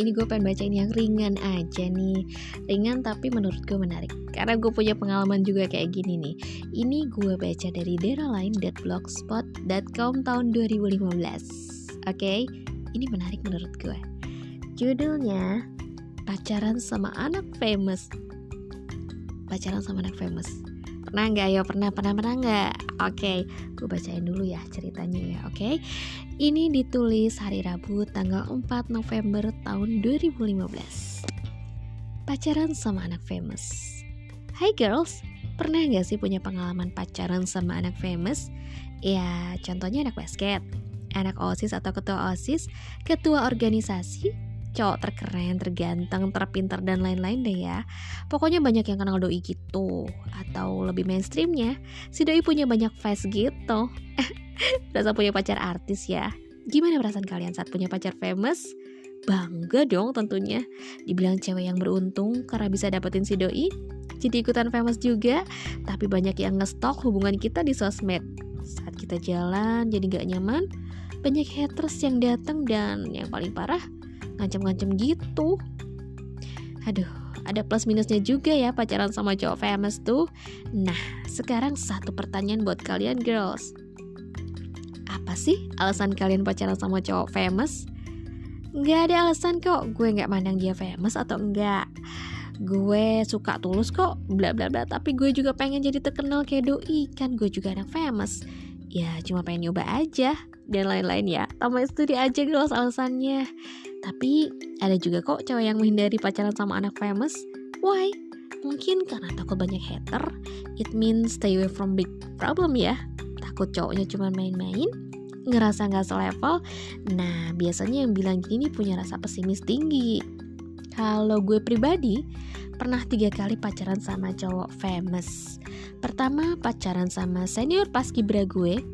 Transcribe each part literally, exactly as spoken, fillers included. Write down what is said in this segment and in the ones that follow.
ini gue pengen bacain yang ringan aja nih. Ringan tapi menurut gue menarik, karena gue punya pengalaman juga kayak gini nih. Ini gue baca dari deraline dot blogspot dot com tahun dua ribu lima belas. Oke, okay? Ini menarik menurut gue. Judulnya Pacaran sama Anak Famous. Pacaran sama anak famous. Pernah nggak? Ayo pernah, pernah, pernah nggak? Oke, okay, gue bacain dulu ya ceritanya ya. Oke, okay? Ini ditulis hari Rabu tanggal empat November tahun dua ribu lima belas. Pacaran sama anak famous. Hai girls, pernah nggak sih punya pengalaman pacaran sama anak famous? Ya, contohnya anak basket, anak OSIS atau ketua OSIS, ketua organisasi, cowok terkeren, terganteng, terpintar, dan lain-lain deh ya. Pokoknya banyak yang kenal doi gitu. Atau lebih mainstreamnya, si doi punya banyak fans gitu. Berasa punya pacar artis ya. Gimana perasaan kalian saat punya pacar famous? Bangga dong tentunya. Dibilang cewek yang beruntung karena bisa dapetin si doi. Jadi ikutan famous juga. Tapi banyak yang ngestok hubungan kita di sosmed. Saat kita jalan jadi gak nyaman, banyak haters yang datang, dan yang paling parah, ngancem-ngancem gitu. Aduh, ada plus minusnya juga ya pacaran sama cowok famous tuh. Nah, sekarang satu pertanyaan buat kalian girls. Apa sih alasan kalian pacaran sama cowok famous? Nggak ada alasan kok. Gue nggak mandang dia famous atau enggak. Gue suka tulus kok, bla bla bla. Tapi gue juga pengen jadi terkenal kayak doi. Kan gue juga anak famous. Ya cuma pengen nyoba aja, dan lain-lain ya. Tambah studi aja girls alasannya. Tapi ada juga kok cewek yang menghindari pacaran sama anak famous. Why? Mungkin karena takut banyak hater. It means stay away from big problem ya. Takut cowoknya cuma main-main, ngerasa gak selevel. Nah, biasanya yang bilang gini punya rasa pesimis tinggi. Kalau gue pribadi pernah tiga kali pacaran sama cowok famous. Pertama pacaran sama senior paskibra gue.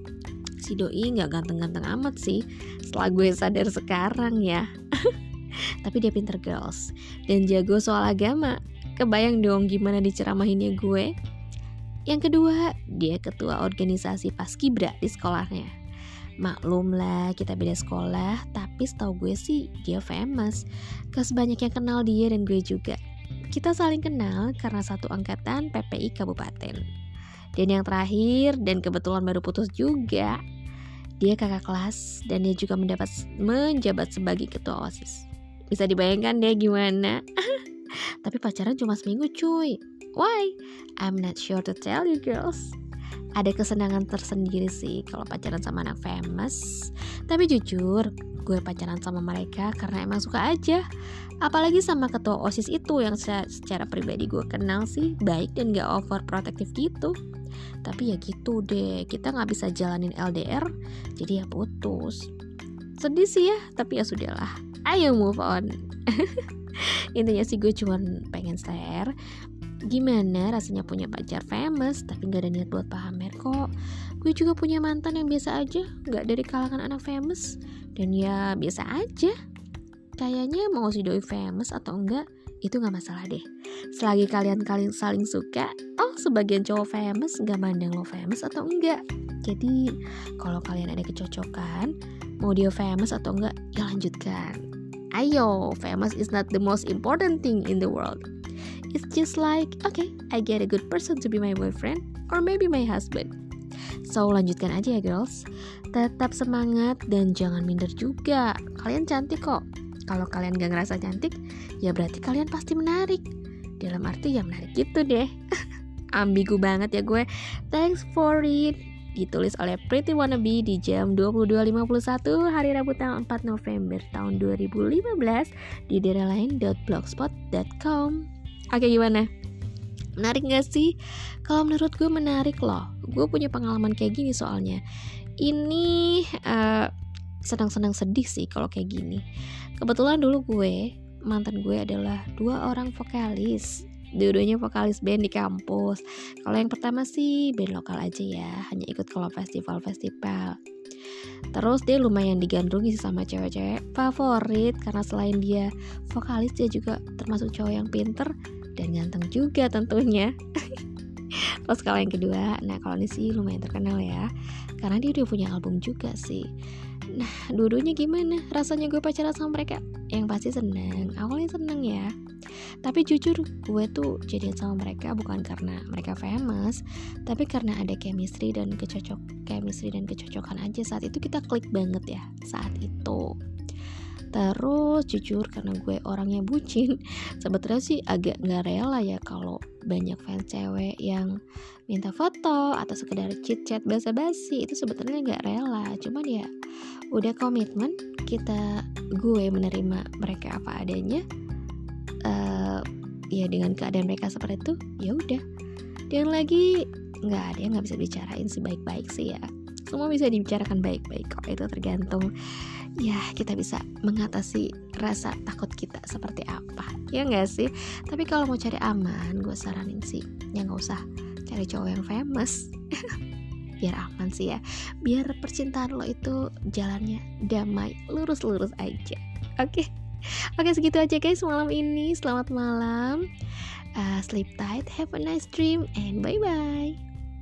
Si doi gak ganteng-ganteng amat sih, setelah gue sadar sekarang ya. Tapi dia pinter girls, dan jago soal agama. Kebayang dong gimana diceramahinnya gue. Yang kedua, dia ketua organisasi paskibra di sekolahnya. Maklum lah, kita beda sekolah, tapi setahu gue sih dia famous. Gak sebanyak yang kenal dia dan gue juga. Kita saling kenal karena satu angkatan P P I kabupaten. Dan yang terakhir, dan kebetulan baru putus juga, dia kakak kelas dan dia juga mendapat menjabat sebagai ketua OSIS. Bisa dibayangkan deh gimana. Tapi pacaran cuma seminggu cuy. Why? I'm not sure to tell you girls. Ada kesenangan tersendiri sih kalau pacaran sama anak famous. Tapi jujur, gue pacaran sama mereka karena emang suka aja. Apalagi sama ketua OSIS itu yang secara pribadi gue kenal sih baik dan gak overprotective gitu. Tapi ya gitu deh, kita gak bisa jalanin L D R, jadi ya putus. Sedih sih ya, tapi ya sudahlah. Ayo move on. Intinya sih gue cuma pengen share gimana rasanya punya pacar famous tapi gak ada niat buat pamer kok. Gue juga punya mantan yang biasa aja, gak dari kalangan anak famous, dan ya biasa aja. Kayaknya mau si doi famous atau enggak, itu gak masalah deh. Selagi kalian-kalian saling suka, oh sebagian cowok famous gak mandang lo famous atau enggak. Jadi kalau kalian ada kecocokan, mau dia famous atau enggak, ya lanjutkan. Ayo, famous is not the most important thing in the world. It's just like, okay, I get a good person to be my boyfriend, or maybe my husband. So lanjutkan aja ya girls. Tetap semangat dan jangan minder juga. Kalian cantik kok. Kalau kalian gak ngerasa cantik, ya berarti kalian pasti menarik. Dalam arti ya menarik gitu deh. Ambigu banget ya gue. Thanks for it. Ditulis oleh Pretty Wannabe di jam dua puluh dua lima puluh satu hari Rabu tanggal empat November tahun dua ribu lima belas di deraline dot blogspot dot com. Oke, gimana? Menarik gak sih? Kalau menurut gue menarik loh. Gue punya pengalaman kayak gini soalnya. Ini uh, senang-senang sedih sih kalau kayak gini. Kebetulan dulu gue, mantan gue adalah dua orang vokalis. Dua-duanya vokalis band di kampus. Kalau yang pertama sih band lokal aja ya, hanya ikut kalau festival-festival. Terus dia lumayan digandrungi sama cewek-cewek favorit, karena selain dia vokalis, dia juga termasuk cowok yang pinter dan ganteng juga tentunya. Terus kalau yang kedua, nah kalau ini sih lumayan terkenal ya, karena dia udah punya album juga sih. Nah, dua-duanya gimana rasanya gue pacaran sama mereka? Yang pasti seneng, awalnya seneng ya. Tapi jujur gue tuh jadian sama mereka bukan karena mereka famous, tapi karena ada chemistry dan kecocok chemistry dan kecocokan aja. Saat itu kita klik banget ya saat itu. Terus jujur karena gue orangnya bucin, sebetulnya sih agak gak rela ya kalau banyak fans cewek yang minta foto atau sekedar chit-chat basa-basi. Itu sebetulnya gak rela, cuman ya udah komitmen kita, gue menerima mereka apa adanya. Uh, ya dengan keadaan mereka seperti itu, ya udah. Dan lagi nggak ada yang nggak bisa dibicarain sih baik-baik sih ya. Semua bisa dibicarakan baik-baik kok. Itu tergantung ya kita bisa mengatasi rasa takut kita seperti apa, ya nggak sih? Tapi kalau mau cari aman, gue saranin sih ya nggak usah cari cowok yang famous. Biar aman sih ya, biar percintaan lo itu jalannya damai, lurus-lurus aja. Oke, oke segitu aja guys malam ini. Selamat malam, uh, sleep tight, have a nice dream, and bye bye.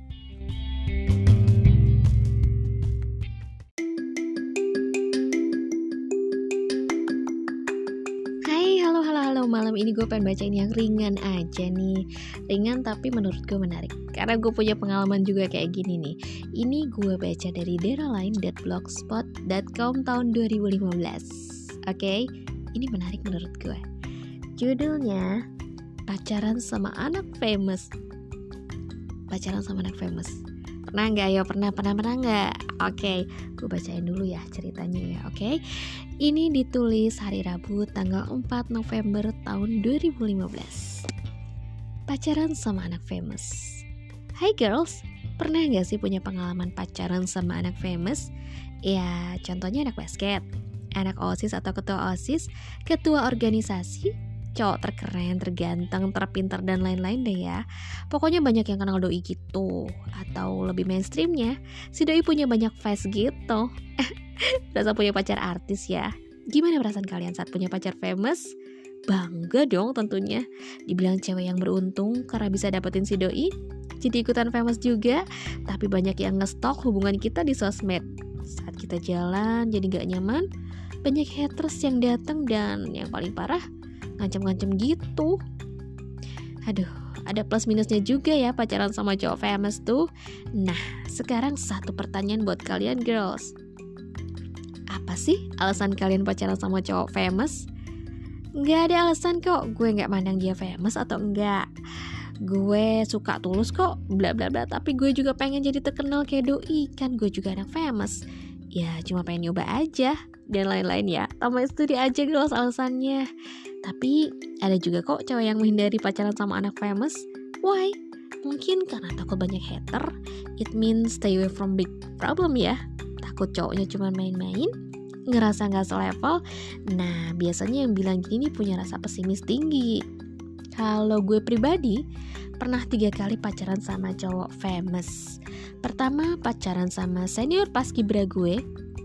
Malam ini gue pengen bacain yang ringan aja nih. Ringan tapi menurut gue menarik, karena gue punya pengalaman juga kayak gini nih. Ini gue baca dari deraline dot blogspot dot com tahun dua ribu lima belas. Oke, okay? Ini menarik menurut gue. Judulnya Pacaran sama Anak Famous. Pacaran sama anak famous. Pernah gak ya? Pernah, pernah, pernah gak? Oke, okay, gue bacain dulu ya ceritanya ya, oke? Okay? Ini ditulis hari Rabu tanggal empat November tahun dua ribu lima belas. Pacaran sama anak famous. Hai girls, pernah gak sih punya pengalaman pacaran sama anak famous? Ya, contohnya anak basket, anak OSIS atau ketua OSIS, ketua organisasi, cowok terkeren, terganteng, terpintar, dan lain-lain deh ya. Pokoknya banyak yang kenal doi gitu. Atau lebih mainstreamnya, si doi punya banyak fans gitu. Rasa punya pacar artis ya. Gimana perasaan kalian saat punya pacar famous? Bangga dong tentunya. Dibilang cewek yang beruntung karena bisa dapetin si doi. Jadi ikutan famous juga. Tapi banyak yang ngestok hubungan kita di sosmed. Saat kita jalan jadi gak nyaman, banyak haters yang datang, dan yang paling parah ngancem-ngancem gitu. Aduh, ada plus minusnya juga ya pacaran sama cowok famous tuh. Nah, sekarang satu pertanyaan buat kalian girls. Apa sih alasan kalian pacaran sama cowok famous? Gak ada alasan kok. Gue gak mandang dia famous atau enggak. Gue suka tulus kok, bla bla bla. Tapi gue juga pengen jadi terkenal kayak doi. Kan gue juga anak famous. Ya cuma pengen nyoba aja, dan lain-lain ya. Tambah studi aja girls alasannya. Tapi ada juga kok cewek yang menghindari pacaran sama anak famous. Why? Mungkin karena takut banyak hater. It means stay away from big problem ya. Takut cowoknya cuma main-main, ngerasa gak selevel. Nah, biasanya yang bilang gini punya rasa pesimis tinggi. Kalau gue pribadi pernah tiga kali pacaran sama cowok famous. Pertama pacaran sama senior paskibra gue.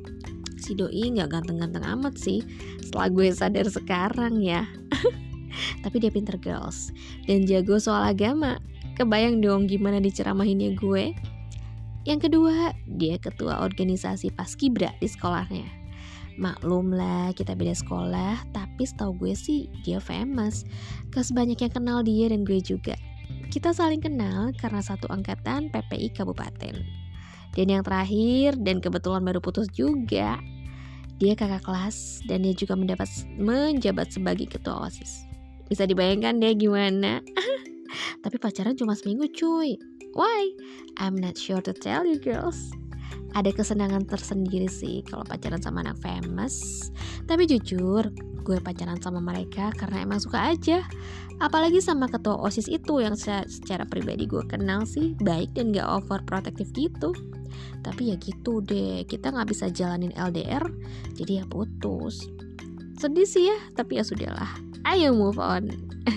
Si doi gak ganteng-ganteng amat sih, setelah gue sadar sekarang ya. Tapi dia pinter girls, dan jago soal agama. Kebayang dong gimana diceramahinnya gue. Yang kedua, dia ketua organisasi paskibra di sekolahnya. Maklum lah, kita beda sekolah, tapi setahu gue sih dia famous. Gak sebanyak yang kenal dia dan gue juga. Kita saling kenal karena satu angkatan P P I kabupaten. Dan yang terakhir, dan kebetulan baru putus juga, dia kakak kelas dan dia juga mendapat menjabat sebagai ketua OSIS. Bisa dibayangkan deh gimana. Tapi pacaran cuma seminggu cuy. Why? I'm not sure to tell you girls. Ada kesenangan tersendiri sih kalau pacaran sama anak famous. Tapi jujur, gue pacaran sama mereka karena emang suka aja. Apalagi sama ketua OSIS itu yang secara pribadi gue kenal sih baik dan gak overprotective gitu. Tapi ya gitu deh, kita gak bisa jalanin L D R, jadi ya putus. Sedih sih ya, tapi ya sudahlah. Ayo move on.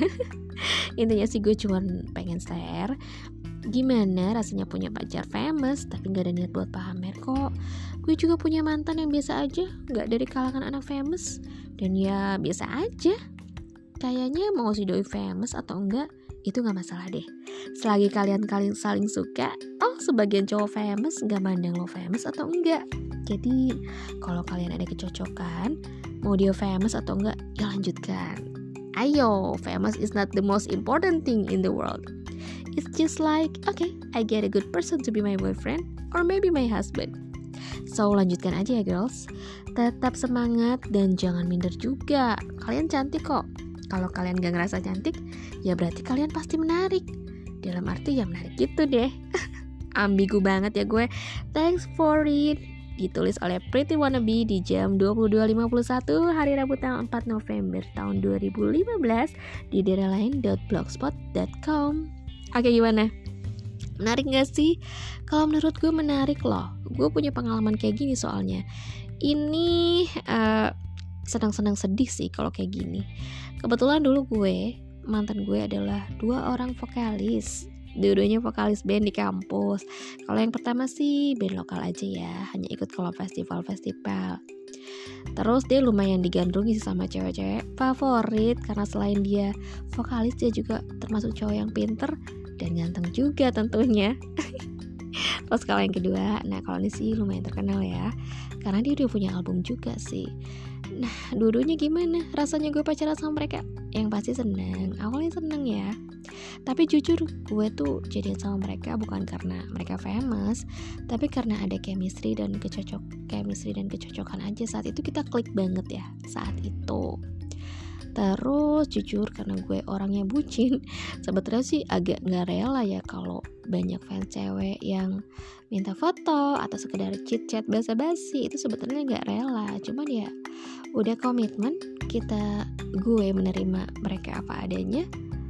Intinya sih gue cuma pengen share gimana rasanya punya pacar famous tapi gak ada niat buat pamer kok. Gue juga punya mantan yang biasa aja, gak dari kalangan anak famous, dan ya biasa aja. Kayaknya mau si doi famous atau enggak, itu gak masalah deh. Selagi kalian kalian saling suka, oh sebagian cowok famous gak mandang lo famous atau enggak. Jadi kalau kalian ada kecocokan, mau dia famous atau enggak, ya lanjutkan. Ayo, famous is not the most important thing in the world. It's just like, okay, I get a good person to be my boyfriend or maybe my husband. So lanjutkan aja ya girls. Tetap semangat dan jangan minder juga. Kalian cantik kok. Kalau kalian gak ngerasa cantik, ya berarti kalian pasti menarik. Dalam arti ya menarik gitu deh. Ambigu banget ya gue. Thanks for it. Ditulis oleh Pretty Wannabe di jam dua puluh dua lima puluh satu hari Rabu tanggal empat November tahun dua ribu lima belas di deralain dot blogspot dot com. Oke, gimana? Menarik gak sih? Kalau menurut gue menarik loh. Gue punya pengalaman kayak gini soalnya. Ini uh, senang-senang sedih sih kalau kayak gini. Kebetulan dulu gue, mantan gue adalah dua orang vokalis. Dua-duanya vokalis band di kampus. Kalau yang pertama sih band lokal aja ya, hanya ikut kalau festival-festival. Terus dia lumayan digandrungi sama cewek-cewek favorit, karena selain dia vokalis, dia juga termasuk cowok yang pinter dan ganteng juga tentunya. Terus kalau yang kedua, nah kalau ini sih lumayan terkenal ya, karena dia udah punya album juga sih. Nah, dua-duanya gimana? Rasanya gue pacaran sama mereka? Yang pasti seneng, awalnya seneng ya. Tapi jujur gue tuh jadian sama mereka bukan karena mereka famous, tapi karena ada chemistry dan kecocok chemistry dan kecocokan aja. Saat itu kita klik banget ya, saat itu. Terus jujur karena gue orangnya bucin, sebetulnya sih agak gak rela ya kalau banyak fans cewek yang minta foto atau sekedar chit-chat basa-basi. Itu sebetulnya gak rela, cuman ya udah komitmen kita, gue menerima mereka apa adanya.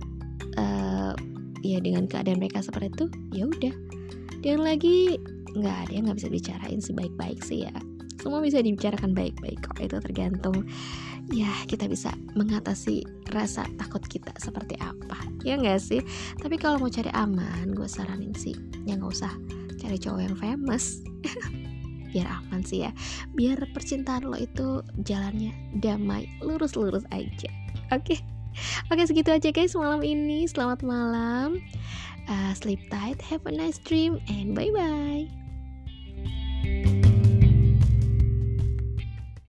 Uh, ya dengan keadaan mereka seperti itu, ya udah. Dan lagi nggak ada yang nggak bisa dibicarain sebaik-baik sih ya. Semua bisa dibicarakan baik-baik kok. Itu tergantung ya kita bisa mengatasi rasa takut kita seperti apa, ya nggak sih? Tapi kalau mau cari aman, gue saranin sih ya nggak usah cari cowok yang famous. Biar aman sih ya. Biar percintaan lo itu jalannya damai, lurus-lurus aja. Oke. Okay? Oke, segitu aja guys malam ini. Selamat malam, uh, sleep tight, have a nice dream, and bye bye.